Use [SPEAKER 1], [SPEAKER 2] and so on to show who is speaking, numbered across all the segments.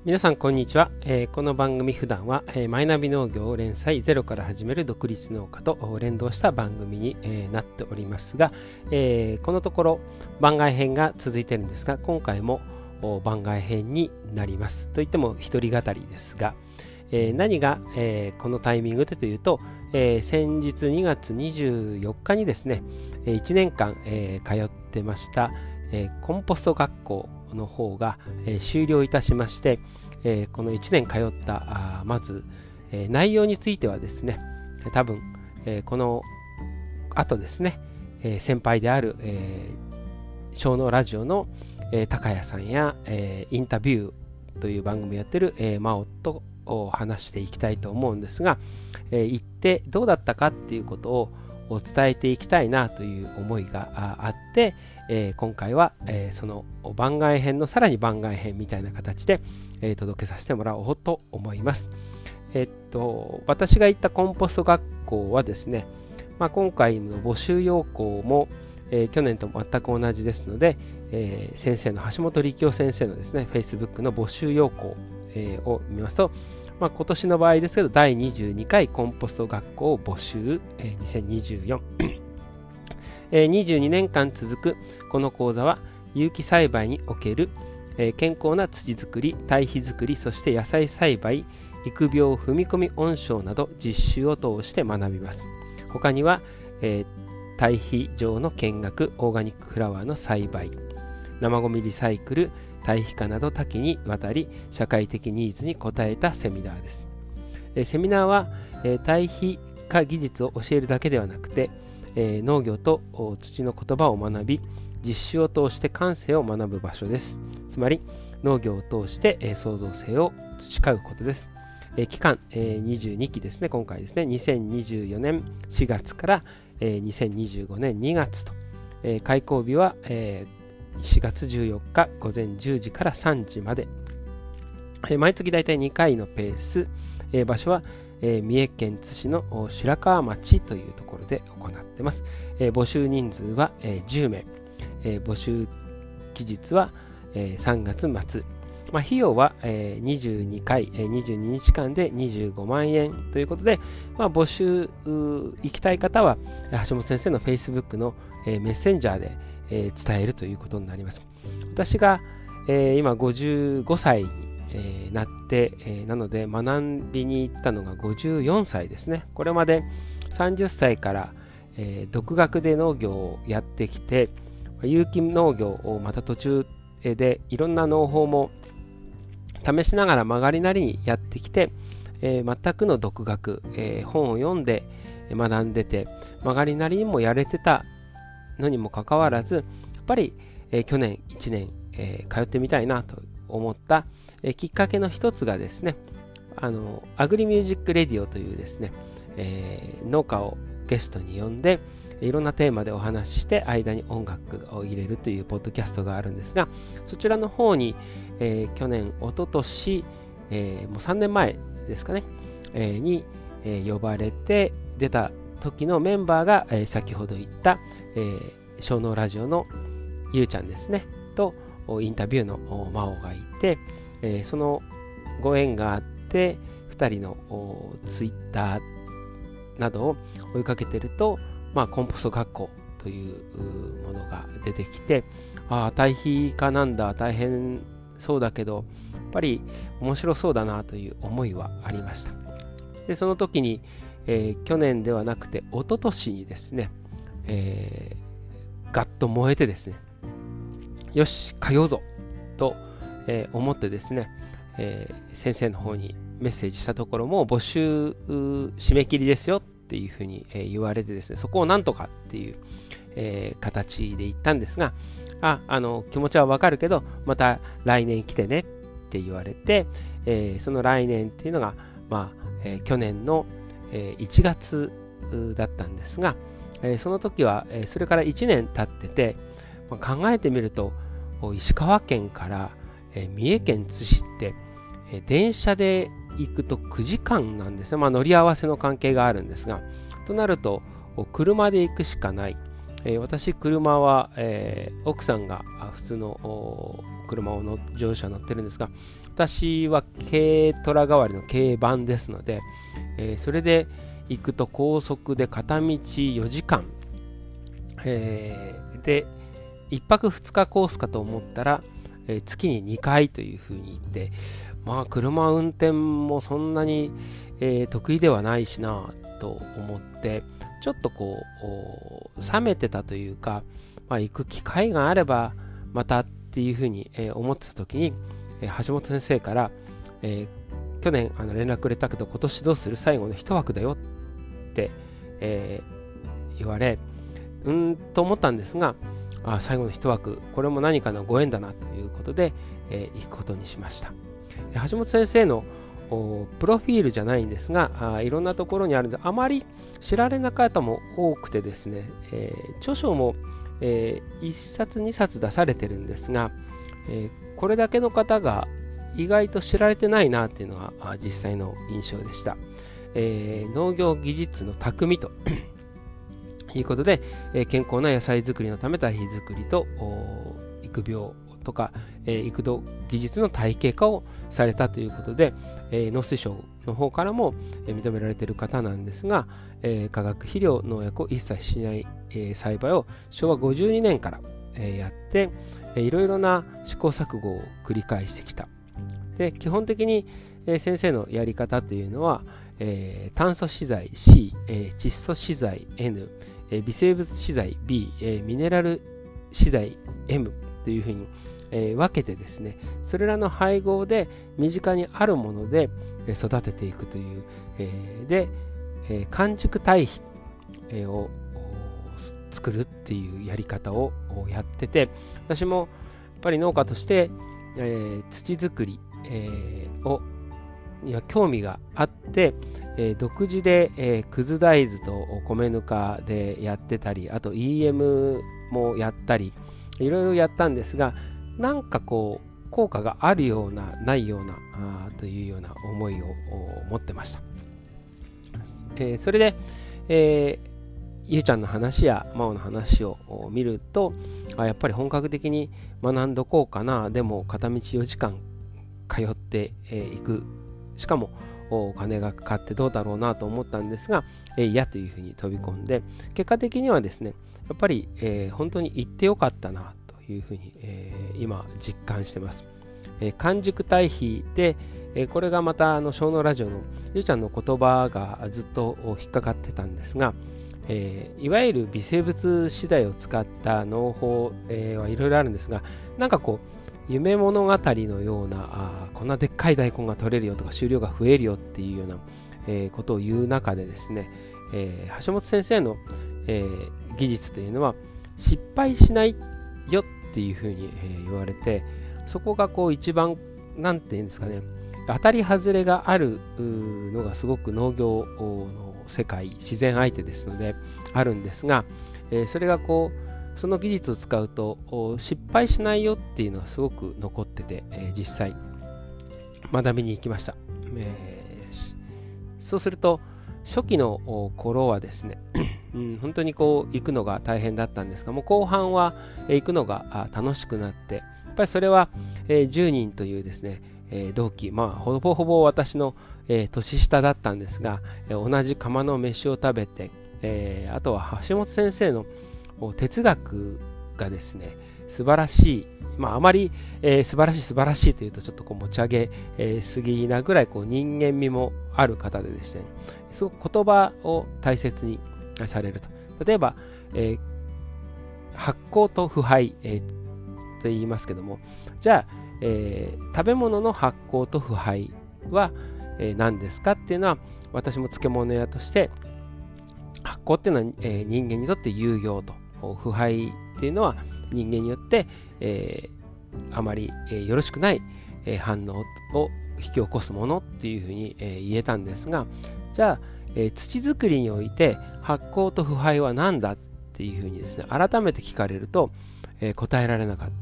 [SPEAKER 1] 皆さんこんにちは。この番組普段は、マイナビ農業を連載ゼロから始める独立農家と連動した番組に、なっておりますが、このところ番外編が続いているんですが、今回も番外編になります。といっても一人語りですが、何が、このタイミングでというと、先日2月24日にですね、1年間、通ってました、コンポスト学校の方が、終了いたしまして、この1年通ったまず、内容についてはですね、多分、この後ですね、先輩である、小農ラジオの、高谷さんや、インタビューという番組をやってる、真央と話していきたいと思うんですが、行ってどうだったかっていうことを伝えていきたいなという思いがあって、今回は、その番外編のさらに番外編みたいな形で、届けさせてもらおうと思います。私が行ったコンポスト学校はですね、今回の募集要項も、去年と全く同じですので、先生の橋本力夫先生のですね Facebook の募集要項、を見ますと、今年の場合ですけど第22回コンポスト学校募集、2024 22年間続くこの講座は有機栽培における、健康な土作り、堆肥作り、そして野菜栽培、育苗、踏み込み温床など実習を通して学びます。他には、堆肥場の見学、オーガニックフラワーの栽培、生ごみリサイクル、堆肥化など多岐にわたり社会的ニーズに応えたセミナーです。セミナーは、堆肥化技術を教えるだけではなくて、農業と土の言葉を学び、実習を通して感性を学ぶ場所です。つまり農業を通して、創造性を培うことです。期間、22期ですね。今回ですね、2024年4月から、2025年2月と、開講日は、4月14日午前10時から3時まで、毎月だいたい2回のペース、場所は、三重県津市の白川町というところで行っています。募集人数は、10名、募集期日は、3月末、費用は、22回、22日間で25万円ということで、募集行きたい方は橋本先生の Facebook の、メッセンジャーで伝えるということになります。私が、今55歳になって、なので学びに行ったのが54歳ですね。これまで30歳から、独学で農業をやってきて、有機農業をまた途中でいろんな農法も試しながら曲がりなりにやってきて、全くの独学、本を読んで学んでて曲がりなりにもやれてたのにもかかわらず、やっぱり、去年1年、通ってみたいなと思った、きっかけの一つがですね、アグリミュージックレディオというですね、農家をゲストに呼んでいろんなテーマでお話しして間に音楽を入れるというポッドキャストがあるんですが、そちらの方に、去年一昨年、もう3年前ですかね、に、呼ばれて出た時のメンバーが、先ほど言った、小農ラジオのゆうちゃんですねとインタビューの真央がいて、そのご縁があって2人のツイッターなどを追いかけてると、コンポスト学校というものが出てきて、堆肥化なんだ、大変そうだけどやっぱり面白そうだなという思いはありました。でその時に、去年ではなくて一昨年にですね、ガッと燃えてですね、よし通うぞと、思ってですね、先生の方にメッセージしたところも募集締め切りですよっていうふうに、言われてですね、そこをなんとかっていう、形で言ったんですが、気持ちはわかるけどまた来年来てねって言われて、その来年っていうのが、去年の、1月だったんですが、その時は、それから1年経ってて、考えてみると石川県から、三重県津市って、電車で行くと9時間なんですね。乗り合わせの関係があるんですが、となると車で行くしかない、 私車は、奥さんが普通の車を乗用車乗ってるんですが、私は軽トラ代わりの軽バンですので、それで行くと高速で片道4時間、で1泊2日コースかと思ったら、月に2回というふうに言って、まあ車運転もそんなに、得意ではないしなと思って、ちょっとこう冷めてたというか、行く機会があればまたっていうふうに、思ってた時に、橋本先生から、去年連絡くれたけど今年どうする、最後の一枠だよって、言われ、と思ったんですが、最後の一枠、これも何かのご縁だなということで、行くことにしました。橋本先生のプロフィールじゃないんですが、いろんなところにあるのであまり知られな方も多くてですね、著書も、1冊2冊出されてるんですが、これだけの方が意外と知られてないなっていうのが実際の印象でした。農業技術の匠ということで、健康な野菜作りのため堆肥作りと育苗とか、育土技術の体系化をされたということで、農水省の方からも認められている方なんですが、化学肥料農薬を一切しない、栽培を昭和52年から、やって、いろいろな試行錯誤を繰り返してきた。で、基本的に、先生のやり方というのは、炭素資材 C、窒素資材 N、微生物資材 B、ミネラル資材 M というふうに、分けてですね、それらの配合で身近にあるもので育てていくという、で、完熟堆肥を作るっていうやり方をやってて、私もやっぱり農家として、土作り、には興味があって、独自で、くず大豆と米ぬかでやってたり、あと EM もやったり、いろいろやったんですが、なんかこう効果があるようなないようなというような思いを持ってました。それで、ゆうちゃんの話や真央の話を見ると、やっぱり本格的に学んどこうかな。でも片道4時間通っていく、しかもお金がかかってどうだろうなと思ったんですが、嫌というふうに飛び込んで、結果的にはですね、やっぱり、本当に行ってよかったなというふうに、今実感してます。完熟堆肥で、これがまた小脳ラジオのゆうちゃんの言葉がずっと引っかかってたんですが、いわゆる微生物資材を使った農法、はいろいろあるんですが、なんかこう夢物語のような、こんなでっかい大根が取れるよとか収量が増えるよっていうような、ことを言う中でですね、橋本先生の、技術というのは失敗しないよっていうふうに、言われて、そこがこう一番なんていうんですかね、当たり外れがあるのがすごく農業の世界、自然相手ですのであるんですが、それがこうその技術を使うと失敗しないよっていうのはすごく残ってて、実際学びに行きました。そうすると初期の頃はですね、本当にこう行くのが大変だったんですが、もう後半は行くのが楽しくなって、やっぱりそれは10人というですね、同期、ほぼほぼ私の年下だったんですが、同じ釜の飯を食べて、あとは橋本先生の哲学がですね素晴らしい、あまり、素晴らしいというとちょっとこう持ち上げ、すぎなぐらいこう人間味もある方でですね、すごく言葉を大切にされると。例えば、発酵と腐敗、と言いますけども、じゃあ、食べ物の発酵と腐敗は、何ですかっていうのは、私も漬物屋として発酵っていうのは、人間にとって有用と、腐敗っていうのは人間によって、あまり、よろしくない、反応を引き起こすものっていうふうに、言えたんですが、じゃあ、土作りにおいて発酵と腐敗は何だっていうふうにですね改めて聞かれると、答えられなかった。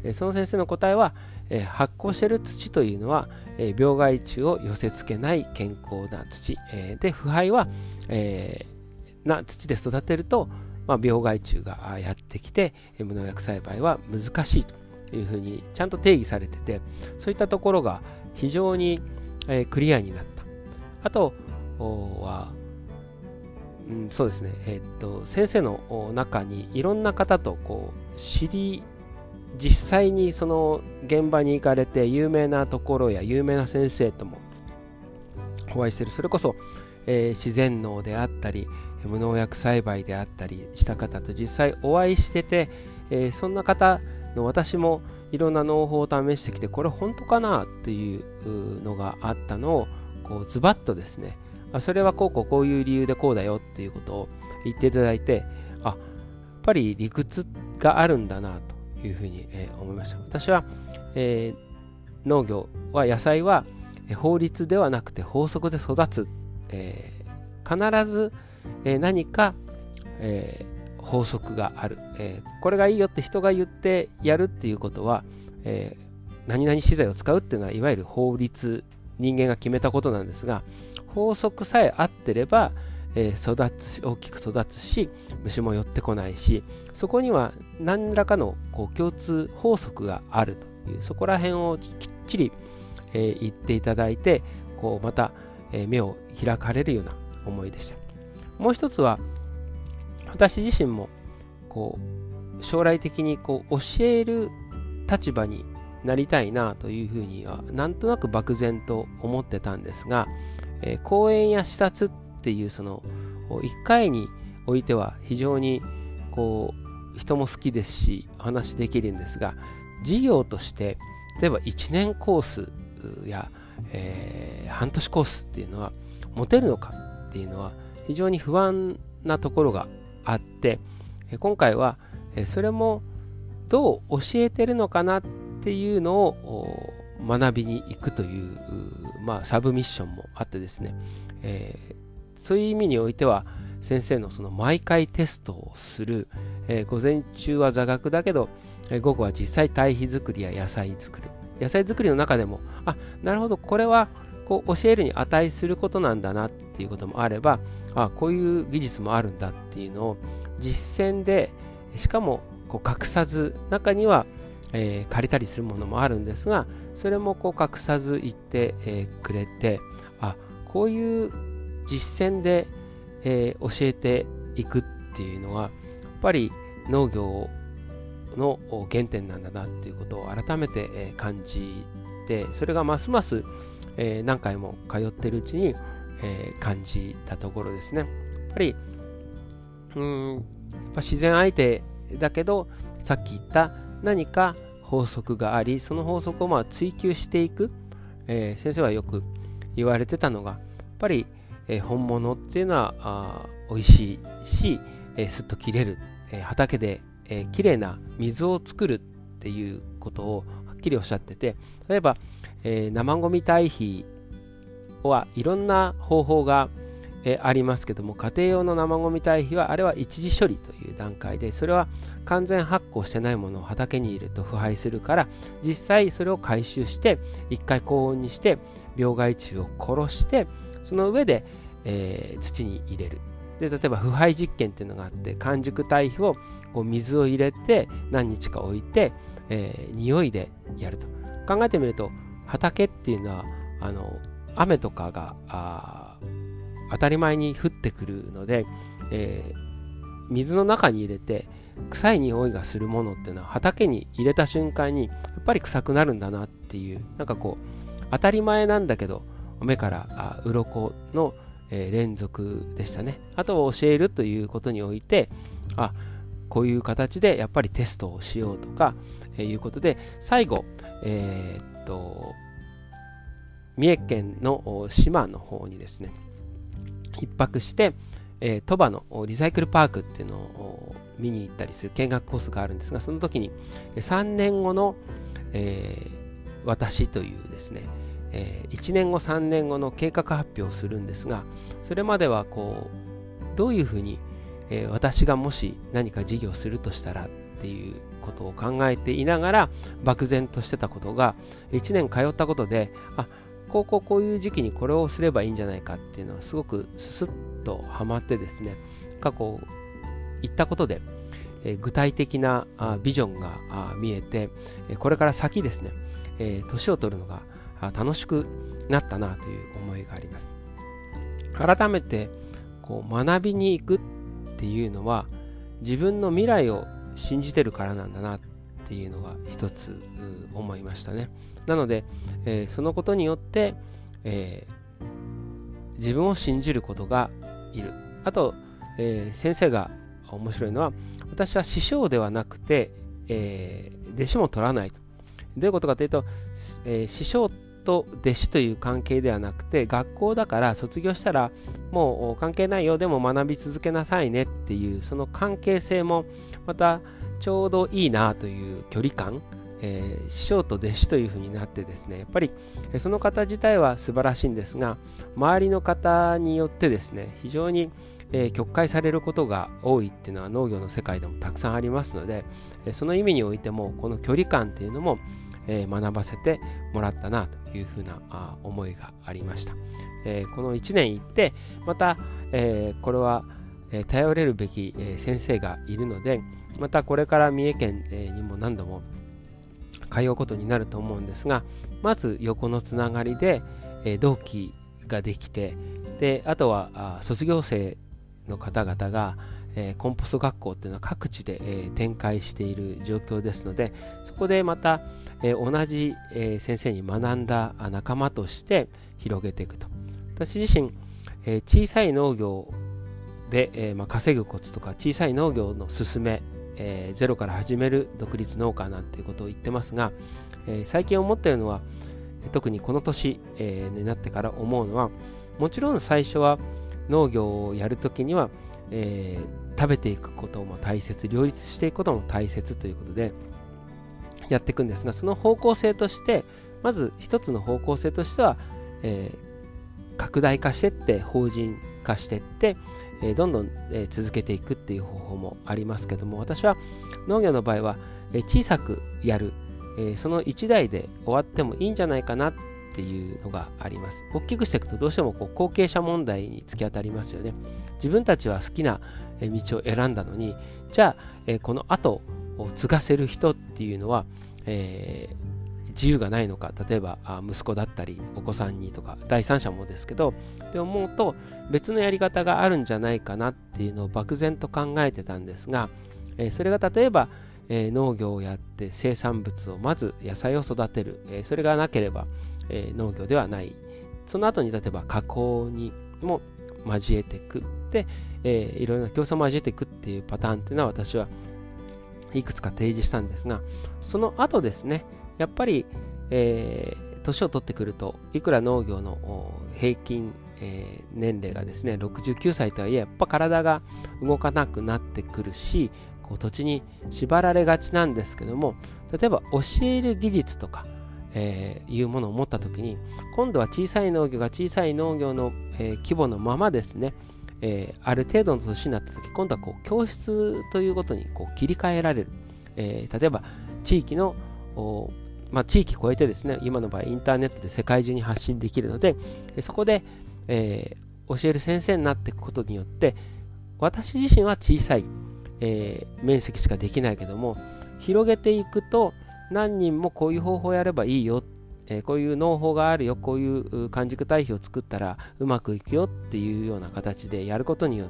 [SPEAKER 1] その先生の答えは、発酵している土というのは、病害虫を寄せ付けない健康な土、で腐敗は、な土で育てると、 病害虫がやってきて無農薬栽培は難しいというふうにちゃんと定義されてて、そういったところが非常にクリアになった。あとは、そうですね、先生の中にいろんな方と実際にその現場に行かれて有名なところや有名な先生ともお会いしている。それこそ、自然農であったり無農薬栽培であったりした方と実際お会いしてて、そんな方の私もいろんな農法を試してきて、これ本当かなっていうのがあったのをズバッとですね、それはこういう理由でこうだよっていうことを言っていただいて、やっぱり理屈があるんだなというふうに思いました。私は、農業は野菜は法律ではなくて法則で育つ、必ず何か、法則がある、これがいいよって人が言ってやるっていうことは、何々資材を使うっていうのはいわゆる法律、人間が決めたことなんですが、法則さえ合ってれば、大きく育つし虫も寄ってこないし、そこには何らかの共通法則があるという、そこら辺をきっちり、言っていただいて、また、目を開かれるような思いでした。もう一つは、私自身も将来的に教える立場になりたいなというふうにはなんとなく漠然と思ってたんですが、講演や視察っていうその1回においては非常に人も好きですし話できるんですが、事業として例えば1年コースや、半年コースっていうのは持てるのかっていうのは非常に不安なところがあって、今回はそれもどう教えてるのかなっていうのを学びに行くという、サブミッションもあってですね、そういう意味においては先生のその毎回テストをする、午前中は座学だけど、午後は実際堆肥作りや野菜作りの中でもなるほどこれは教えるに値することなんだなっていうこともあれば、こういう技術もあるんだっていうのを実践で、しかも隠さず、中には、借りたりするものもあるんですが、それも隠さず言って、くれて、こういう実践で、教えていくっていうのはやっぱり農業の原点なんだなっていうことを改めて、感じて、それがますます、何回も通っているうちに、感じたところですね。やっぱり自然相手だけど、さっき言った何か法則があり、その法則を追求していく、先生はよく言われてたのが、やっぱり、本物っていうのは美味しいし、すっと切れる、畑で、きれいな水を作るっていうことをはっきりおっしゃってて、例えば、生ごみ堆肥はいろんな方法がありますけども、家庭用の生ごみ堆肥はあれは一次処理という段階で、それは完全発酵してないものを畑に入れると腐敗するから、実際それを回収して一回高温にして病害虫を殺して、その上で、土に入れる。で例えば腐敗実験っていうのがあって、完熟堆肥を水を入れて何日か置いて、匂いでやると。考えてみると、畑っていうのは雨とかが当たり前に降ってくるので、水の中に入れて臭い匂いがするものっていうのは畑に入れた瞬間にやっぱり臭くなるんだなっていう、当たり前なんだけど目から鱗の、連続でしたね。あとは教えるということにおいて、こういう形でやっぱりテストをしようとか、いうことで、最後、三重県の島の方にですね一泊して、鳥羽のリサイクルパークっていうのを見に行ったりする見学コースがあるんですが、その時に3年後の、私というですね、1年後3年後の計画発表をするんですが、それまではどういうふうに、私がもし何か事業するとしたらっていうことを考えていながら漠然としてたことが、1年通ったことでこういう時期にこれをすればいいんじゃないかっていうのはすごくススッとはまってですね、 行ったことで、具体的なビジョンが見えて、これから先ですね、年を取るのが楽しくなったなという思いがあります。改めて学びに行くっていうのは自分の未来を信じてるからなんだなっていうのが一つ思いましたね。なので、そのことによって、自分を信じることがいる。あと、先生が面白いのは、私は師匠ではなくて、弟子も取らないと。どういうことかというと、師匠と弟子という関係ではなくて、学校だから卒業したらもう関係ないよ、でも学び続けなさいねっていう、その関係性もまたちょうどいいなという距離感、師匠と弟子というふうになってですね、やっぱりその方自体は素晴らしいんですが、周りの方によってですね、非常に曲解されることが多いっていうのは農業の世界でもたくさんありますので、その意味においてもこの距離感っていうのも学ばせてもらったなというふうな思いがありました。この1年行ってまた、これは頼れるべき先生がいるので、またこれから三重県にも何度も通うことになると思うんですが、まず横のつながりで同期ができて、であとは卒業生の方々がコンポスト学校っていうのは各地で展開している状況ですので、そこでまた同じ先生に学んだ仲間として広げていくと。私自身小さい農業で稼ぐコツとか、小さい農業の勧め、ゼロから始める独立農家なんていうことを言ってますが、最近思っているのは、特にこの年になってから思うのは、もちろん最初は農業をやるときには、食べていくことも大切、両立していくことも大切ということでやっていくんですが、その方向性として、まず一つの方向性としては、拡大化していって法人化していって、どんどん続けていくっていう方法もありますけども、私は農業の場合は小さくやる、その一台で終わってもいいんじゃないかなっていうのがあります。大きくしていくとどうしても後継者問題に突き当たりますよね。自分たちは好きな道を選んだのに、じゃあこの後を継がせる人っていうのは、自由がないのか。例えば息子だったりお子さんにとか、第三者もですけど、って思うと別のやり方があるんじゃないかなっていうのを漠然と考えてたんですが、それが例えば農業をやって生産物をまず野菜を育てる、それがなければ農業ではない。その後に例えば加工にも交えていくで、いろいろな競争を交えていくっていうパターンっていうのは私はいくつか提示したんですが、その後ですね、やっぱり年を取ってくると、いくら農業の平均年齢がですね69歳とはいえ、やっぱ体が動かなくなってくるし、土地に縛られがちなんですけども、例えば教える技術とか、いうものを持った時に、今度は小さい農業が小さい農業の、規模のままですね、ある程度の年になった時、今度は教室ということに切り替えられる、例えば地域の地域超えてですね、今の場合インターネットで世界中に発信できるので、そこで、教える先生になっていくことによって、私自身は小さい、面積しかできないけども、広げていくと何人もこういう方法をやればいいよ、こういう農法があるよ、こういう完熟堆肥を作ったらうまくいくよっていうような形でやることによって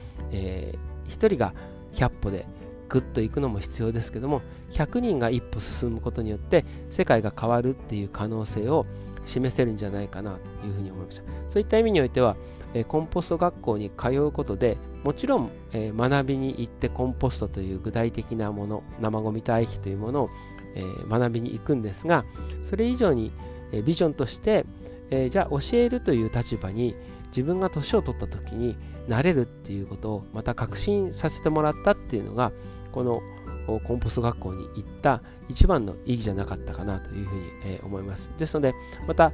[SPEAKER 1] 、1人が100歩でグッといくのも必要ですけども、100人が一歩進むことによって世界が変わるっていう可能性を示せるんじゃないかなというふうに思いました。そういった意味においては、コンポスト学校に通うことで、もちろん、学びに行ってコンポストという具体的なもの、生ゴミ堆肥というものを、学びに行くんですが、それ以上に、ビジョンとして、じゃあ教えるという立場に自分が年を取った時になれるっていうことをまた確信させてもらったっていうのが、このコンポスト学校に行った一番の意義じゃなかったかなというふうに、思います。ですので、また、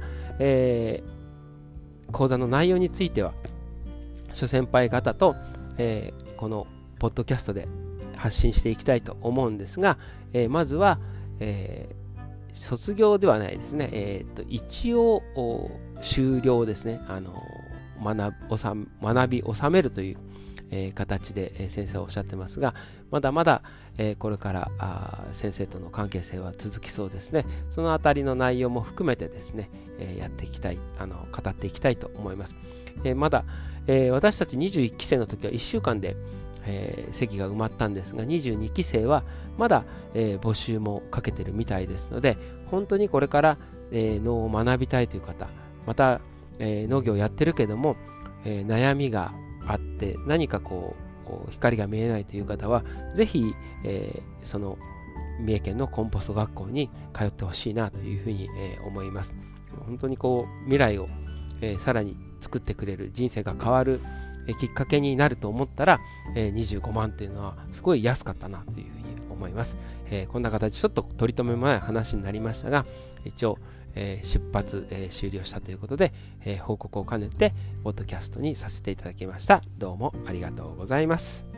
[SPEAKER 1] 講座の内容については諸先輩方と、このポッドキャストで発信していきたいと思うんですが、まずは、卒業ではないですね、一応終了ですね、学び収めるという、 形で先生はおっしゃってますが、まだまだこれから先生との関係性は続きそうですね。そのあたりの内容も含めてですね、やっていきたい、語っていきたいと思います。まだ、私たち21期生の時は1週間で、席が埋まったんですが、22期生はまだ、募集もかけてるみたいですので、本当にこれから、農を学びたいという方、また、農業をやってるけども、悩みがあって何か光が見えないという方はぜひ、その三重県のコンポスト学校に通ってほしいなというふうに、思います。本当に未来を、さらに作ってくれる、人生が変わる、きっかけになると思ったら、25万というのはすごい安かったなというふうに思います。こんな形、ちょっと取り留めもない話になりましたが、一応出発、終了したということで、報告を兼ねてポッドキャストにさせていただきました。どうもありがとうございます。